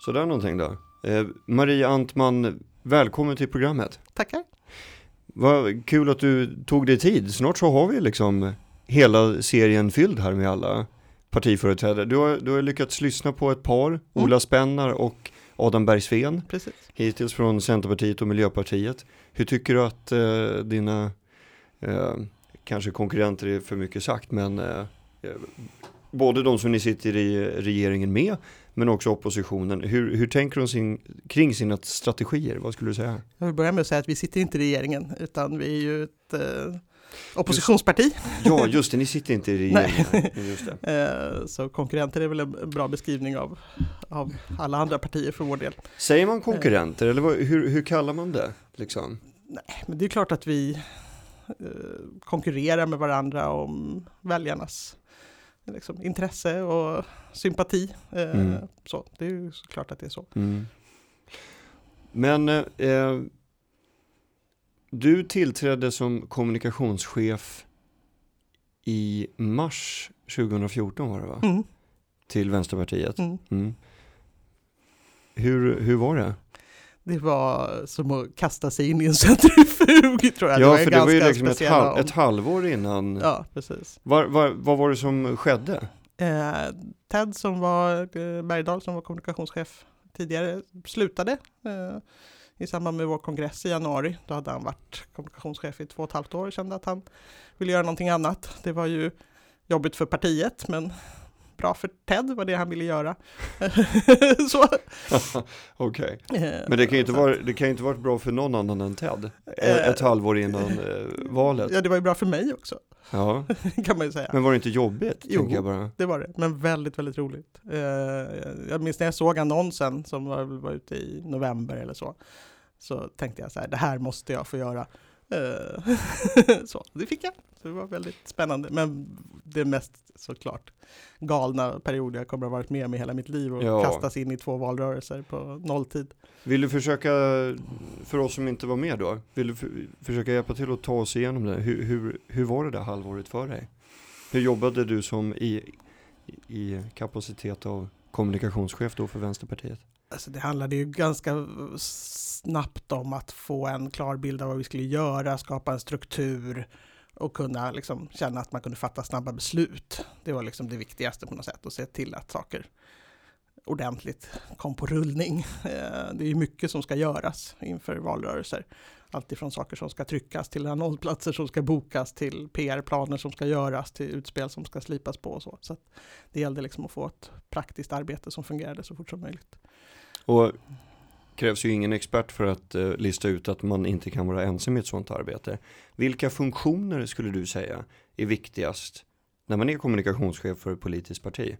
Så där någonting då. Maria Antman, välkommen till programmet. Tackar. Vad kul att du tog dig tid. Snart så har vi liksom hela serien fylld här med alla partiföreträdare. Du har lyckats lyssna på ett par, Ola Spennar och Adam Bergsven. Precis. Hittills från Centerpartiet och Miljöpartiet. Hur tycker du att dina, kanske konkurrenter är för mycket sagt, men både de som ni sitter i regeringen med, men också oppositionen. Hur tänker de kring sina strategier? Vad skulle du säga? Jag vill börja med att säga att vi sitter inte i regeringen, utan vi är ju ett oppositionsparti. Ja, just det. Ni sitter inte i regeringen. Just det. Så konkurrenter är väl en bra beskrivning av alla andra partier för vår del. Säger man konkurrenter eller hur kallar man det? Liksom? Nej, men det är klart att vi konkurrerar med varandra om väljarnas liksom, intresse och sympati. Så det är ju klart att det är så. Men du tillträdde som kommunikationschef i mars 2014 var det va? Till Vänsterpartiet. Hur var det? Det var som att kasta sig in i en centrifug, tror jag. Ja, för det var ju liksom ett halvår innan. Ja, precis. Vad var det som skedde? Ted Bergdahl som var kommunikationschef tidigare slutade i samband med vår kongress i januari. Då hade han varit kommunikationschef i 2,5 år och kände att han ville göra någonting annat. Det var ju jobbigt för partiet, men bra för Ted var det han ville göra. Så. Okej. Men det kan ju inte varit bra för någon annan än Ted. Ett halvår innan valet. Ja, det var ju bra för mig också. Ja. Kan man ju säga. Men var det inte jobbigt? Jo, jag bara. Det var det. Men väldigt, väldigt roligt. Jag minns när jag såg annonsen som var ute i november eller så tänkte jag så här, det här måste jag få göra. Så det fick jag. Så det var väldigt spännande. Men det mest såklart galna perioder jag kommer att ha varit med i hela mitt liv och kastas in i 2 valrörelser på nolltid. Vill du försöka, för oss som inte var med då, vill du försöka hjälpa till att ta oss igenom det? Hur var det där halvåret för dig? Hur jobbade du som i kapacitet av kommunikationschef då för Vänsterpartiet? Alltså det handlade ju ganska snabbt om att få en klar bild av vad vi skulle göra, skapa en struktur och kunna liksom känna att man kunde fatta snabba beslut. Det var liksom det viktigaste på något sätt, och se till att saker ordentligt kom på rullning. Det är ju mycket som ska göras inför valrörelser. Allt ifrån saker som ska tryckas till annonsplatser som ska bokas, till PR-planer som ska göras, till utspel som ska slipas på och så. Så att det gällde liksom att få ett praktiskt arbete som fungerade så fort som möjligt. Och krävs ju ingen expert för att lista ut att man inte kan vara ensam i ett sådant arbete. Vilka funktioner skulle du säga är viktigast när man är kommunikationschef för ett politiskt parti?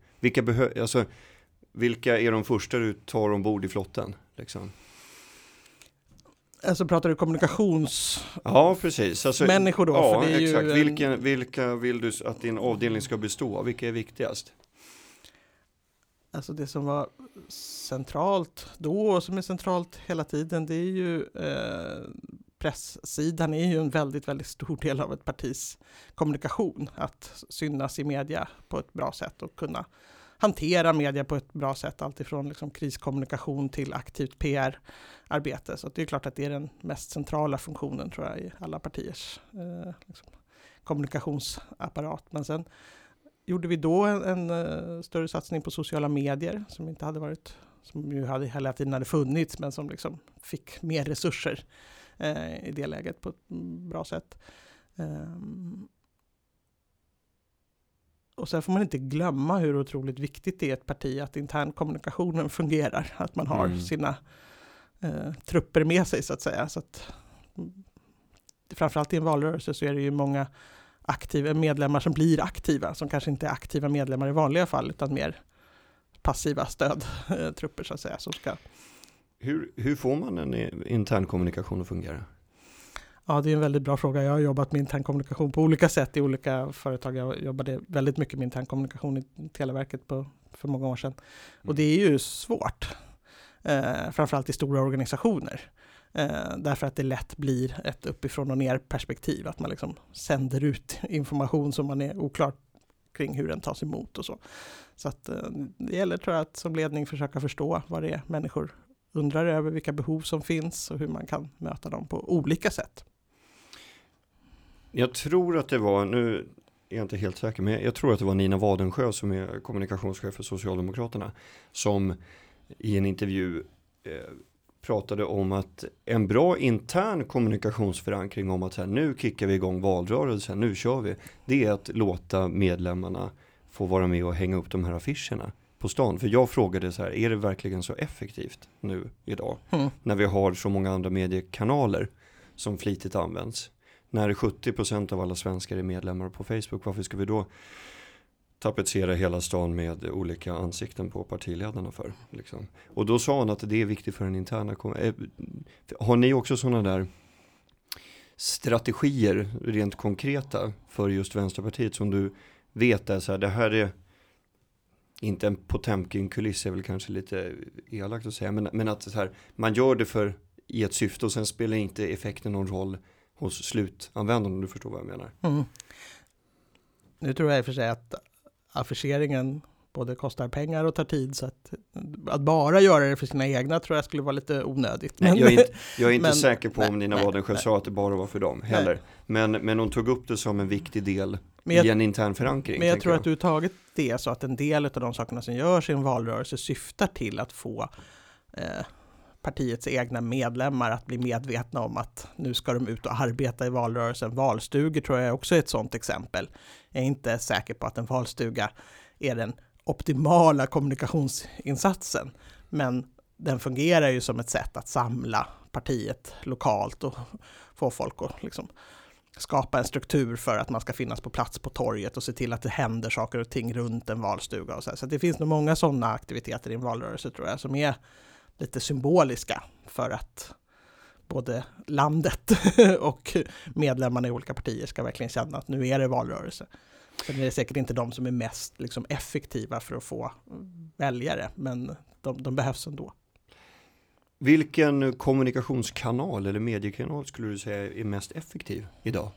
Vilka är de första du tar ombord i flotten? Liksom? Alltså pratar du Ja, precis. Alltså, människor då? Ja, för det är exakt. Ju vilka vill du att din avdelning ska bestå av? Vilka är viktigast? Alltså det som var centralt då och som är centralt hela tiden, det är ju presssidan är ju en väldigt, väldigt stor del av ett partis kommunikation. Att synas i media på ett bra sätt och kunna hantera media på ett bra sätt. Alltifrån liksom kriskommunikation till aktivt PR-arbete. Så det är klart att det är den mest centrala funktionen tror jag i alla partiers kommunikationsapparat. Men sen gjorde vi då en större satsning på sociala medier som inte hade varit, som ju hela tiden hade funnits, men som liksom fick mer resurser i det läget på ett bra sätt. Och sen får man inte glömma hur otroligt viktigt det är ett parti att internkommunikationen fungerar. Att man har sina trupper med sig så att säga. Så att, framförallt i en valrörelse så är det ju många aktiva medlemmar som blir aktiva. Som kanske inte är aktiva medlemmar i vanliga fall utan mer passiva stödtrupper så att säga. Som ska... Hur får man en internkommunikation att fungera? Ja, det är en väldigt bra fråga. Jag har jobbat med internkommunikation på olika sätt i olika företag. Jag jobbade väldigt mycket med internkommunikation i Televerket för många år sedan. Och det är ju svårt. Framförallt i stora organisationer. Därför att det lätt blir ett uppifrån och ner perspektiv. Att man liksom sänder ut information som man är oklart kring hur den tas emot och så. Så att det gäller, tror jag, att som ledning försöka förstå vad det är människor undrar över, vilka behov som finns och hur man kan möta dem på olika sätt. Jag tror att det var, nu är jag inte helt säker, men jag tror att det var Nina Wadensjö som är kommunikationschef för Socialdemokraterna som i en intervju pratade om att en bra intern kommunikationsförankring om att så här, nu kickar vi igång valrörelsen, nu kör vi, det är att låta medlemmarna få vara med och hänga upp de här affischerna på stan. För jag frågade så här, är det verkligen så effektivt nu idag när vi har så många andra mediekanaler som flitigt används? När 70% av alla svenskar är medlemmar på Facebook, varför ska vi då tapetsera hela stan med olika ansikten på partiledarna för? Liksom? Och då sa han att det är viktigt för en interna... Har ni också sådana där strategier rent konkreta för just Vänsterpartiet som du vet är så här, det här är inte en Potemkin-kuliss är väl kanske lite elakt att säga, men att så här, man gör det för i ett syfte och sen spelar inte effekten någon roll hos slutanvändaren, om du förstår vad jag menar. Nu tror jag i och för sig att affischeringen både kostar pengar och tar tid, så att bara göra det för sina egna tror jag skulle vara lite onödigt. Nej, jag är inte säker på om Nina Wadensjö sa att det bara var för dem heller. Men hon tog upp det som en viktig del i en intern förankring. Men jag tror att du tagit det så att en del av de sakerna som görs i en valrörelse syftar till att få partiets egna medlemmar att bli medvetna om att nu ska de ut och arbeta i valrörelsen. Valstugor tror jag också är ett sådant exempel. Jag är inte säker på att en valstuga är den optimala kommunikationsinsatsen, men den fungerar ju som ett sätt att samla partiet lokalt och få folk att liksom skapa en struktur för att man ska finnas på plats på torget och se till att det händer saker och ting runt en valstuga och så. Så det finns nog många sådana aktiviteter i en valrörelse, tror jag, som är lite symboliska för att både landet och medlemmarna i olika partier ska verkligen känna att nu är det valrörelse. Sen är det säkert inte de som är mest liksom effektiva för att få väljare, men de behövs ändå. Vilken kommunikationskanal eller mediekanal skulle du säga är mest effektiv idag?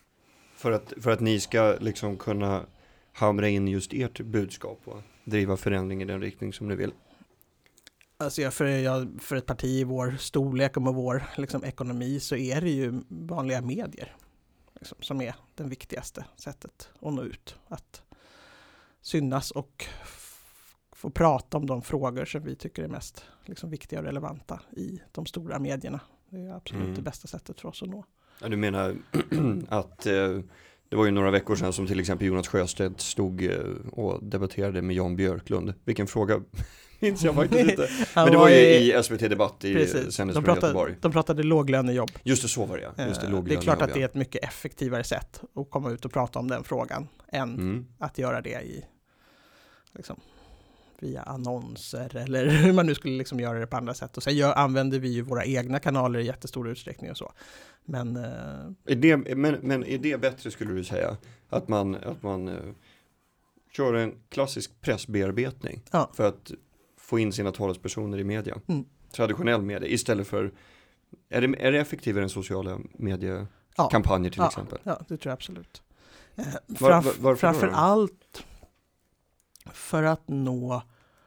För att ni ska liksom kunna hamra in just ert budskap och driva förändring i den riktning som ni vill? Alltså för ett parti i vår storlek och med vår liksom ekonomi så är det ju vanliga medier liksom, som är det viktigaste sättet att nå ut. Att synas och få prata om de frågor som vi tycker är mest liksom, viktiga och relevanta i de stora medierna. Det är absolut det bästa sättet för oss att nå. Ja, du menar att det var ju några veckor sedan som till exempel Jonas Sjöstedt stod och debatterade med Jan Björklund. Vilken fråga minns jag faktiskt inte. Men det var ju i SVT-debatt i Sändningsprogrammet Göteborg. De pratade låglönejobb. Just det, så var det. Just det, det är klart att det är ett mycket effektivare sätt att komma ut och prata om den frågan än att göra det i liksom, via annonser eller hur man nu skulle liksom göra det på andra sätt. Och sen använder vi ju våra egna kanaler i jättestor utsträckning och så. Men är det bättre, skulle du säga, att man kör en klassisk pressbearbetning för att få in sina talespersoner i media, traditionell media, istället för är det effektivare än sociala mediekampanjer till exempel? Ja, det tror jag absolut. Framför allt för att nå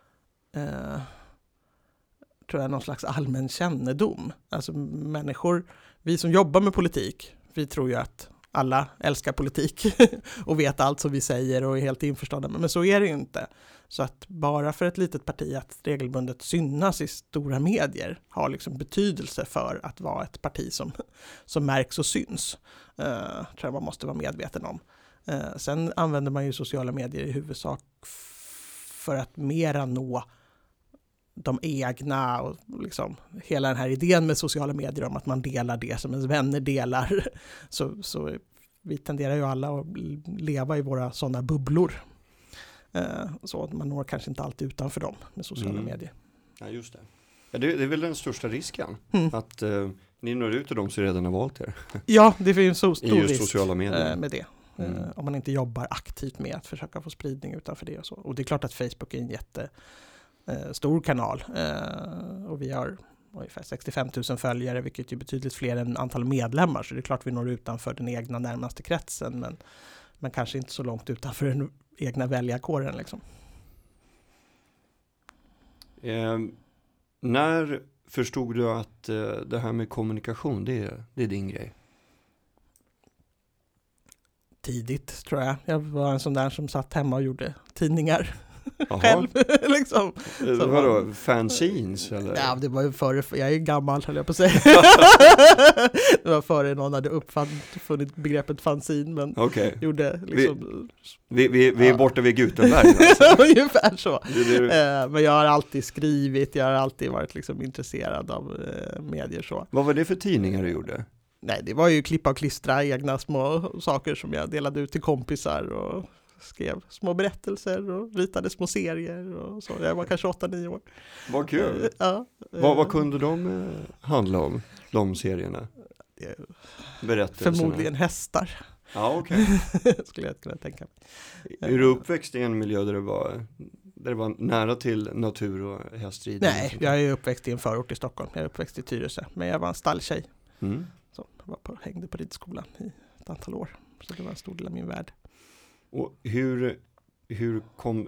tror jag någon slags allmän kännedom. Alltså människor, vi som jobbar med politik, vi tror ju att alla älskar politik och vet allt som vi säger och är helt införstådda. Men så är det ju inte. Så att bara för ett litet parti att regelbundet synas i stora medier har liksom betydelse för att vara ett parti som märks och syns. Tror jag man måste vara medveten om. Sen använder man ju sociala medier i huvudsak för att mera nå de egna och liksom hela den här idén med sociala medier om att man delar det som ens vänner delar. Så vi tenderar ju alla att leva i våra sådana bubblor. Så att man når kanske inte alltid utanför dem med sociala medier. Ja, just det. Ja, det är väl den största risken att ni når ut till dem som redan har valt er. Ja, det finns en stor risk sociala medier. Med det. Om man inte jobbar aktivt med att försöka få spridning utanför det och så. Och det är klart att Facebook är en jättestor kanal. Och vi har ungefär 65 000 följare, vilket är betydligt fler än antal medlemmar. Så det är klart vi når utanför den egna närmaste kretsen. Men kanske inte så långt utanför den egna väljarkåren liksom. När förstod du att det här med kommunikation, det är din grej? Tidigt tror jag. Jag var en sån där som satt hemma och gjorde tidningar. Jaha. Själv liksom. Vadå? Fanzines eller? Ja, det var ju före, jag är gammal höll jag på att säga. Det var före någon hade uppfunnit begreppet fanzine, men gjorde liksom... Vi är borta vid Gutenberg. Alltså. Ungefär så. Men jag har alltid skrivit, jag har alltid varit liksom intresserad av medier så. Vad var det för tidningar du gjorde? Nej, det var ju klippa och klistra egna små saker som jag delade ut till kompisar och skrev små berättelser och ritade små serier och så. Jag var kanske 8-9 år. Vad kul! Ja. Vad kunde de handla om, de serierna? Berättelserna? Förmodligen hästar. Ja, okej. Skulle jag kunna tänka mig. Är du uppväxt i en miljö där det var nära till natur och hästridning? Nej, jag är uppväxt i en förort i Stockholm. Jag är uppväxt i Tyresö. Men jag var en stalltjej. Så jag hängde på ridskolan i ett antal år. Så det var en stor del av min värld. Och hur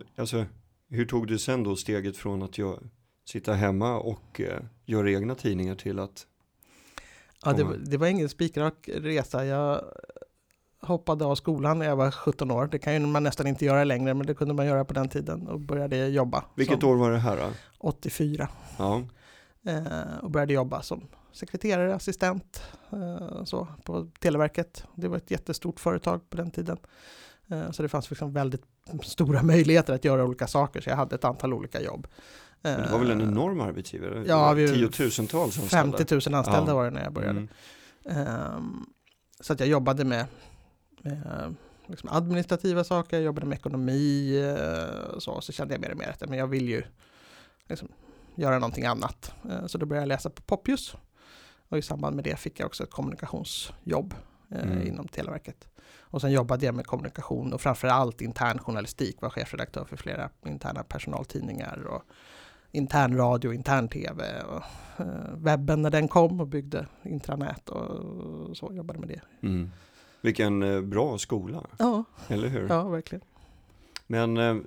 tog du sen då steget från att sitta hemma och göra egna tidningar till att... Ja, det var ingen spikrak resa. Jag hoppade av skolan när jag var 17 år. Det kan ju man nästan inte göra längre, men det kunde man göra på den tiden och började jobba. Vilket år var det här då? 84. Ja. Och började jobba som sekreterare, assistent så, på Televerket. Det var ett jättestort företag på den tiden. Så det fanns liksom väldigt stora möjligheter att göra olika saker. Så jag hade ett antal olika jobb. Men det var väl en enorm arbetsgivare? Ja, tiotusentals anställda. 50 000 anställda var det när jag började. Så att jag jobbade med liksom administrativa saker. Jag jobbade med ekonomi. Så kände jag mer och mer att men jag vill ju liksom göra någonting annat. Så då började jag läsa på Poppius. Och i samband med det fick jag också ett kommunikationsjobb inom Televerket. Och sen jobbade jag med kommunikation och framförallt intern journalistik. Var chefredaktör för flera interna personaltidningar och intern radio, intern tv och webben när den kom och byggde intranät och så jobbade med det. Vilken bra skola. Ja. Eller hur? Ja, verkligen. Men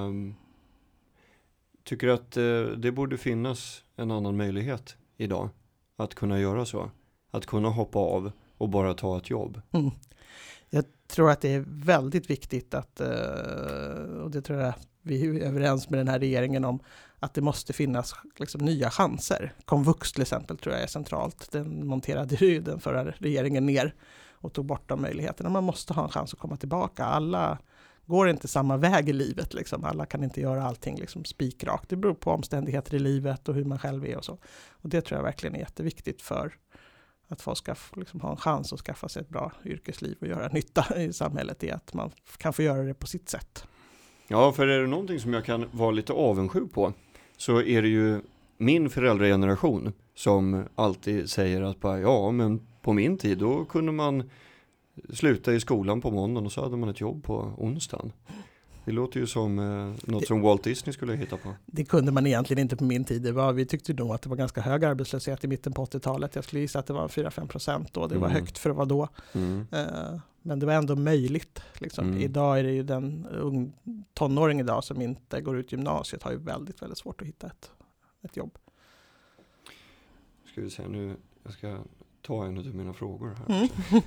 tycker du att det borde finnas en annan möjlighet idag att kunna göra så? Att kunna hoppa av och bara ta ett jobb? Jag tror att det är väldigt viktigt att, och det tror jag vi är överens med den här regeringen om, att det måste finnas liksom nya chanser. Komvux till exempel tror jag är centralt. Den monterade ju den förra regeringen ner och tog bort de möjligheterna. Man måste ha en chans att komma tillbaka. Alla går inte samma väg i livet. Liksom. Alla kan inte göra allting liksom spikrakt. Det beror på omständigheter i livet och hur man själv är och så. Och det tror jag verkligen är jätteviktigt för att folk ska liksom ha en chans att skaffa sig ett bra yrkesliv och göra nytta i samhället, är att man kan få göra det på sitt sätt. Ja, för är det någonting som jag kan vara lite avundsjuk på, så är det ju min föräldrageneration som alltid säger att bara, ja, men på min tid då kunde man sluta i skolan på måndagen och så hade man ett jobb på onsdagen. Det låter ju som något som Walt Disney skulle hitta på. Det kunde man egentligen inte på min tid. Vi tyckte nog att det var ganska hög arbetslöshet i mitten på 80-talet. Jag skulle gissa att det var 4-5% då. Det var högt för att vara då. Men det var ändå möjligt. Liksom. Idag är det ju den tonåring idag som inte går ut gymnasiet har ju väldigt, väldigt svårt att hitta ett jobb. Ska vi se nu. Jag ska ta en av mina frågor här.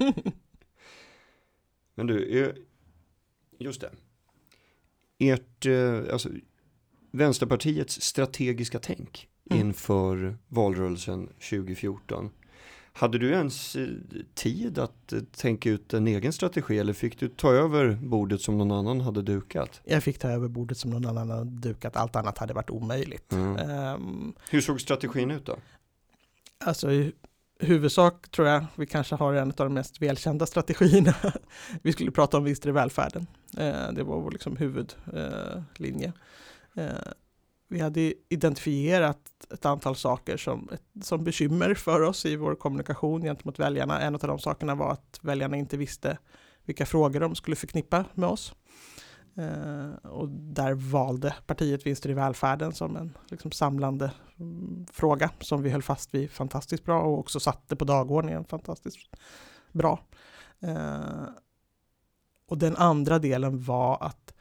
Men du, just det. Alltså, Vänsterpartiets strategiska tänk inför valrörelsen 2014. Hade du ens tid att tänka ut en egen strategi, eller fick du ta över bordet som någon annan hade dukat? Jag fick ta över bordet som någon annan hade dukat. Allt annat hade varit omöjligt. Hur såg strategin ut då? Alltså i huvudsak tror jag vi kanske har en av de mest välkända strategierna. Vi skulle prata om vinster i välfärden. Det var vår liksom huvudlinje. Vi hade identifierat ett antal saker som bekymmer för oss i vår kommunikation gentemot väljarna. En av de sakerna var att väljarna inte visste vilka frågor de skulle förknippa med oss. Och där valde partiet vinster i välfärden som en liksom samlande fråga som vi höll fast vid fantastiskt bra och också satte på dagordningen fantastiskt bra. Och den andra delen var att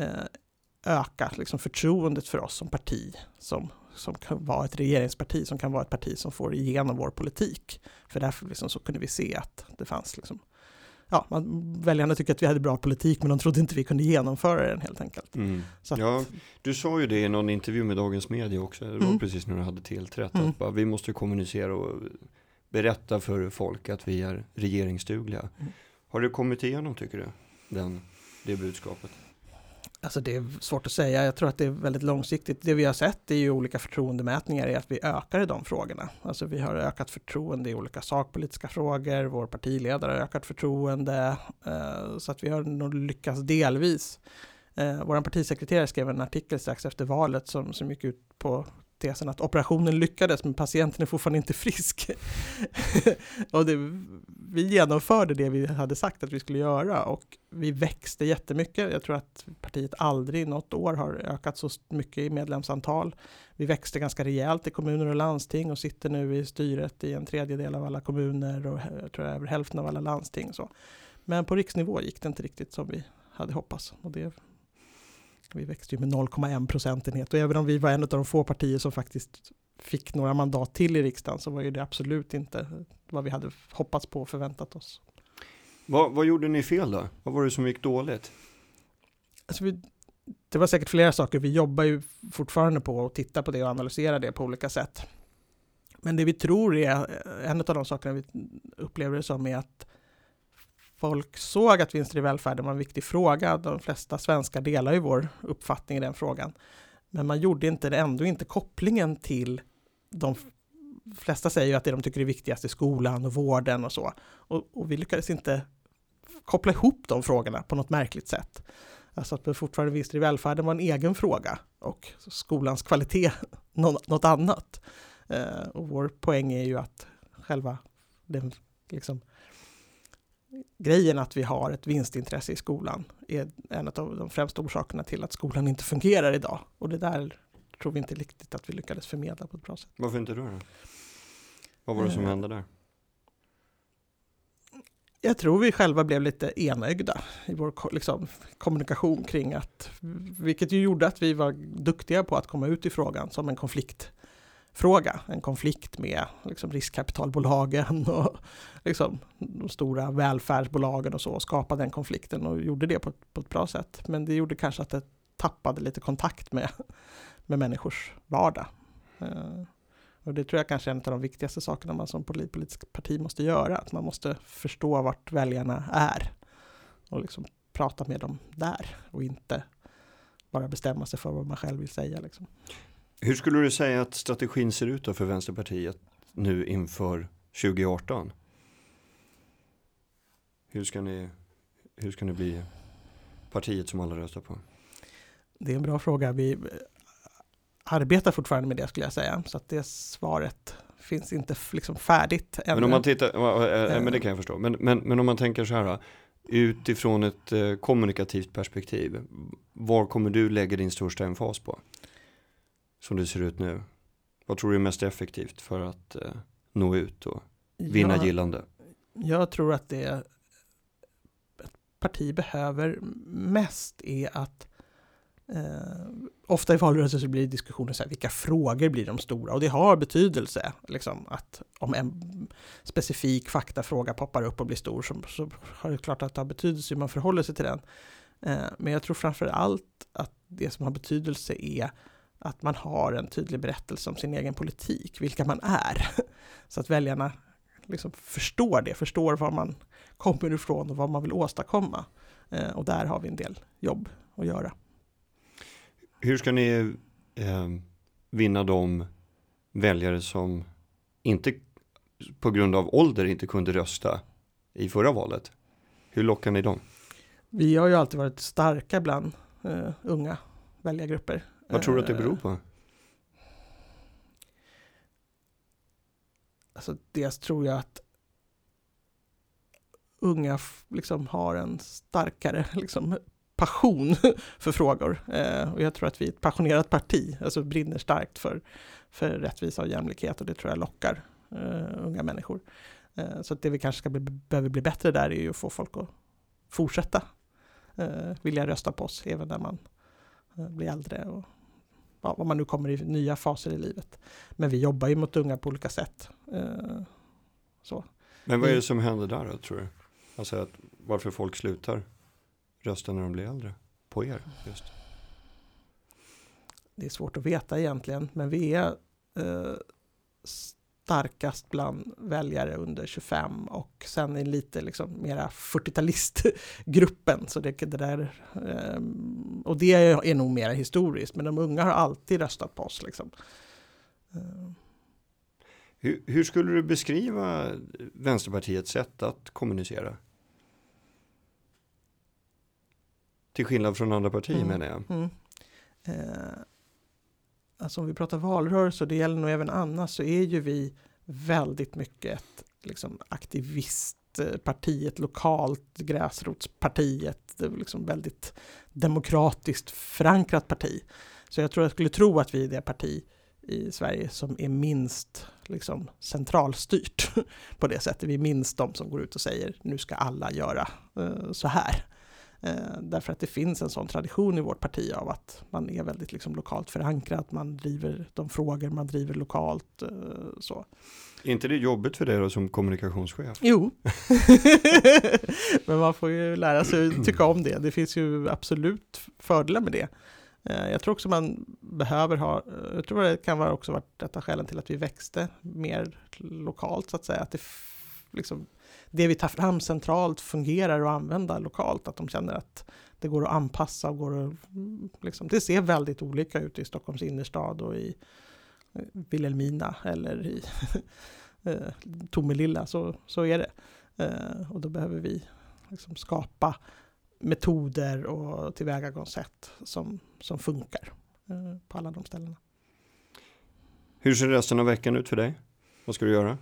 öka liksom förtroendet för oss som parti, som kan vara ett regeringsparti, som kan vara ett parti som får igenom vår politik. För därför liksom så kunde vi se att det fanns liksom, väljarna tycker att vi hade bra politik, men de trodde inte vi kunde genomföra den helt enkelt. Så att, du sa ju det i någon intervju med Dagens Media också, det var precis när du hade tillträtt, att vi måste kommunicera och berätta för folk att vi är regeringsdugliga. Har det kommit igenom, tycker du, det budskapet? Alltså det är svårt att säga. Jag tror att det är väldigt långsiktigt. Det vi har sett är ju olika förtroendemätningar i att vi ökar i de frågorna. Alltså vi har ökat förtroende i olika sakpolitiska frågor. Vår partiledare har ökat förtroende. Så att vi har nog lyckats delvis. Vår partisekreterare skrev en artikel strax efter valet som gick ut på tesen att operationen lyckades, men patienten är fortfarande inte frisk. Och vi genomförde det vi hade sagt att vi skulle göra, och vi växte jättemycket. Jag tror att partiet aldrig något år har ökat så mycket i medlemsantal. Vi växte ganska rejält i kommuner och landsting och sitter nu i styret i en tredjedel av alla kommuner och jag tror över hälften av alla landsting. Så. Men på riksnivå gick det inte riktigt som vi hade hoppats, och vi växte ju med 0,1 procentenhet, och även om vi var en av de få partier som faktiskt fick några mandat till i riksdagen, så var ju det absolut inte vad vi hade hoppats på och förväntat oss. Vad gjorde ni fel då? Vad var det som gick dåligt? Alltså det var säkert flera saker. Vi jobbar ju fortfarande på att titta på det och analysera det på olika sätt. Men det vi tror är, en av de sakerna vi upplever det som, är att folk såg att vinster i välfärden var en viktig fråga. De flesta svenskar delar ju vår uppfattning i den frågan. Men man gjorde ändå inte kopplingen till de flesta säger ju att det de tycker är viktigast är skolan och vården och så. Och vi lyckades inte koppla ihop de frågorna på något märkligt sätt. Alltså att fortfarande vinster i välfärden var en egen fråga och skolans kvalitet något annat. Och vår poäng är ju att själva den liksom grejen att vi har ett vinstintresse i skolan är en av de främsta orsakerna till att skolan inte fungerar idag. Och det där tror vi inte riktigt att vi lyckades förmedla på ett bra sätt. Varför inte då? Vad var det som hände där? Jag tror vi själva blev lite enögda i vår kommunikation kring att, vilket ju gjorde att vi var duktiga på att komma ut i frågan som en konfliktfråga. En konflikt med riskkapitalbolagen och de stora välfärdsbolagen och så, och skapa den konflikten, och gjorde det på ett bra sätt. Men det gjorde kanske att det tappade lite kontakt med människors vardag. Och det tror jag kanske är en av de viktigaste sakerna man som politisk parti måste göra. Att man måste förstå vart väljarna är och prata med dem där och inte bara bestämma sig för vad man själv vill säga. Hur skulle du säga att strategin ser ut då för Vänsterpartiet nu inför 2018? Hur ska ni bli partiet som alla röstar på? Det är en bra fråga. Vi arbetar fortfarande med det, skulle jag säga. Så att det svaret finns inte färdigt ännu. Men om man tittar, men det kan jag förstå. Men om man tänker så här, utifrån ett kommunikativt perspektiv, var kommer du lägga din största emfas på? Som det ser ut nu. Vad tror du är mest effektivt för att nå ut och vinna gillande? Jag tror att det ett parti behöver mest är att ofta i valrörelser så blir det diskussioner så här, vilka frågor blir de stora? Och det har betydelse att om en specifik faktafråga poppar upp och blir stor, så har det klart att det har betydelse hur man förhåller sig till den. Men jag tror framför allt att det som har betydelse är att man har en tydlig berättelse om sin egen politik, vilka man är. Så att väljarna förstår var man kommer ifrån och vad man vill åstadkomma. Och där har vi en del jobb att göra. Hur ska ni vinna de väljare som inte på grund av ålder inte kunde rösta i förra valet? Hur lockar ni dem? Vi har ju alltid varit starka bland unga väljargrupper. Vad tror du att det beror på? Alltså dels tror jag att unga har en starkare passion för frågor. Och jag tror att vi är ett passionerat parti, brinner starkt för rättvisa och jämlikhet, och det tror jag lockar unga människor. Så att det vi kanske behöver bli bättre där är ju att få folk att fortsätta vilja rösta på oss även när man blir äldre och om man nu kommer i nya faser i livet. Men vi jobbar ju mot unga på olika sätt. Så. Men vad är det som händer där då, tror du? Alltså varför folk slutar rösta när de blir äldre på er just? Det är svårt att veta egentligen, men vi är starkast bland väljare under 25 och sen är lite liksom mera 40-talistgruppen. Så det där, och det är nog mer historiskt, men de unga har alltid röstat på oss. Liksom. Hur skulle du beskriva Vänsterpartiets sätt att kommunicera? Till skillnad från andra partier menar jag. Alltså om vi pratar valrörelse och det gäller nog även annars, så är ju vi väldigt mycket ett liksom aktivistparti, ett lokalt gräsrotsparti, ett liksom väldigt demokratiskt förankrat parti. Så jag skulle tro att vi är det parti i Sverige som är minst liksom centralstyrt på det sättet. Vi är minst de som går ut och säger nu ska alla göra så här. Därför att det finns en sån tradition i vårt parti av att man är väldigt liksom lokalt förankrad, man driver de frågor man driver lokalt. Så. Är inte det jobbigt för dig då som kommunikationschef? Jo, men man får ju lära sig tycka om det. Det finns ju absolut fördelar med det. Jag tror också man behöver ha, jag tror det kan vara också varit ett av skälen till att vi växte mer lokalt så att säga, att det vi tar fram centralt fungerar att använda lokalt, att de känner att det går att anpassa och går att, liksom, det ser väldigt olika ut i Stockholms innerstad och i Vilhelmina eller i Tomelilla, så är det. Och då behöver vi liksom skapa metoder och tillvägagångssätt som funkar på alla de ställena. Hur ser resten av veckan ut för dig? Vad ska du göra?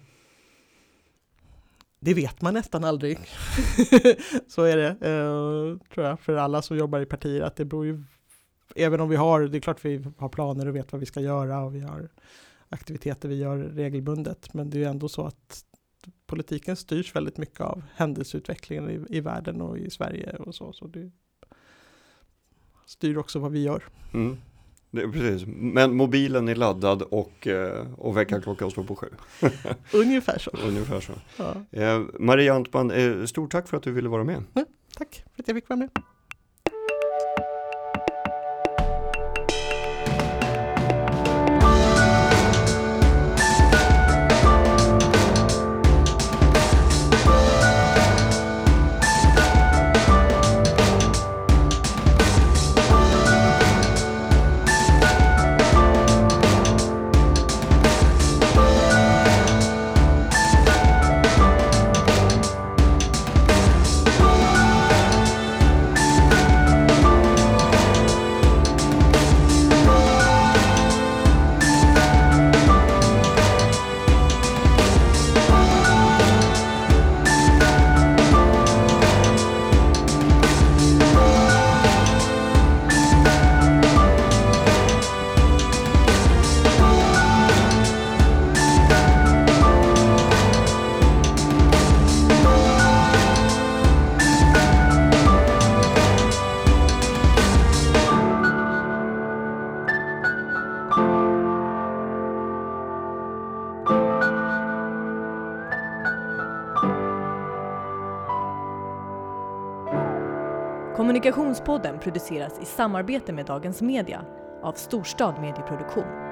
Det vet man nästan aldrig. Så är det, tror jag, för alla som jobbar i partier. Att det beror ju, även om det är klart vi har planer och vet vad vi ska göra och vi har aktiviteter vi gör regelbundet. Men det är ju ändå så att politiken styrs väldigt mycket av händelseutvecklingen i världen och i Sverige och så det styr också vad vi gör. Mm. Det är precis. Men mobilen är laddad och väckarklockan står på 7. Ungefär så. Ungefär så. Ja. Maria Antman, stort tack för att du ville vara med. Ja, tack för att jag fick vara med. Kommunikationspodden produceras i samarbete med Dagens Media av Storstad Medieproduktion.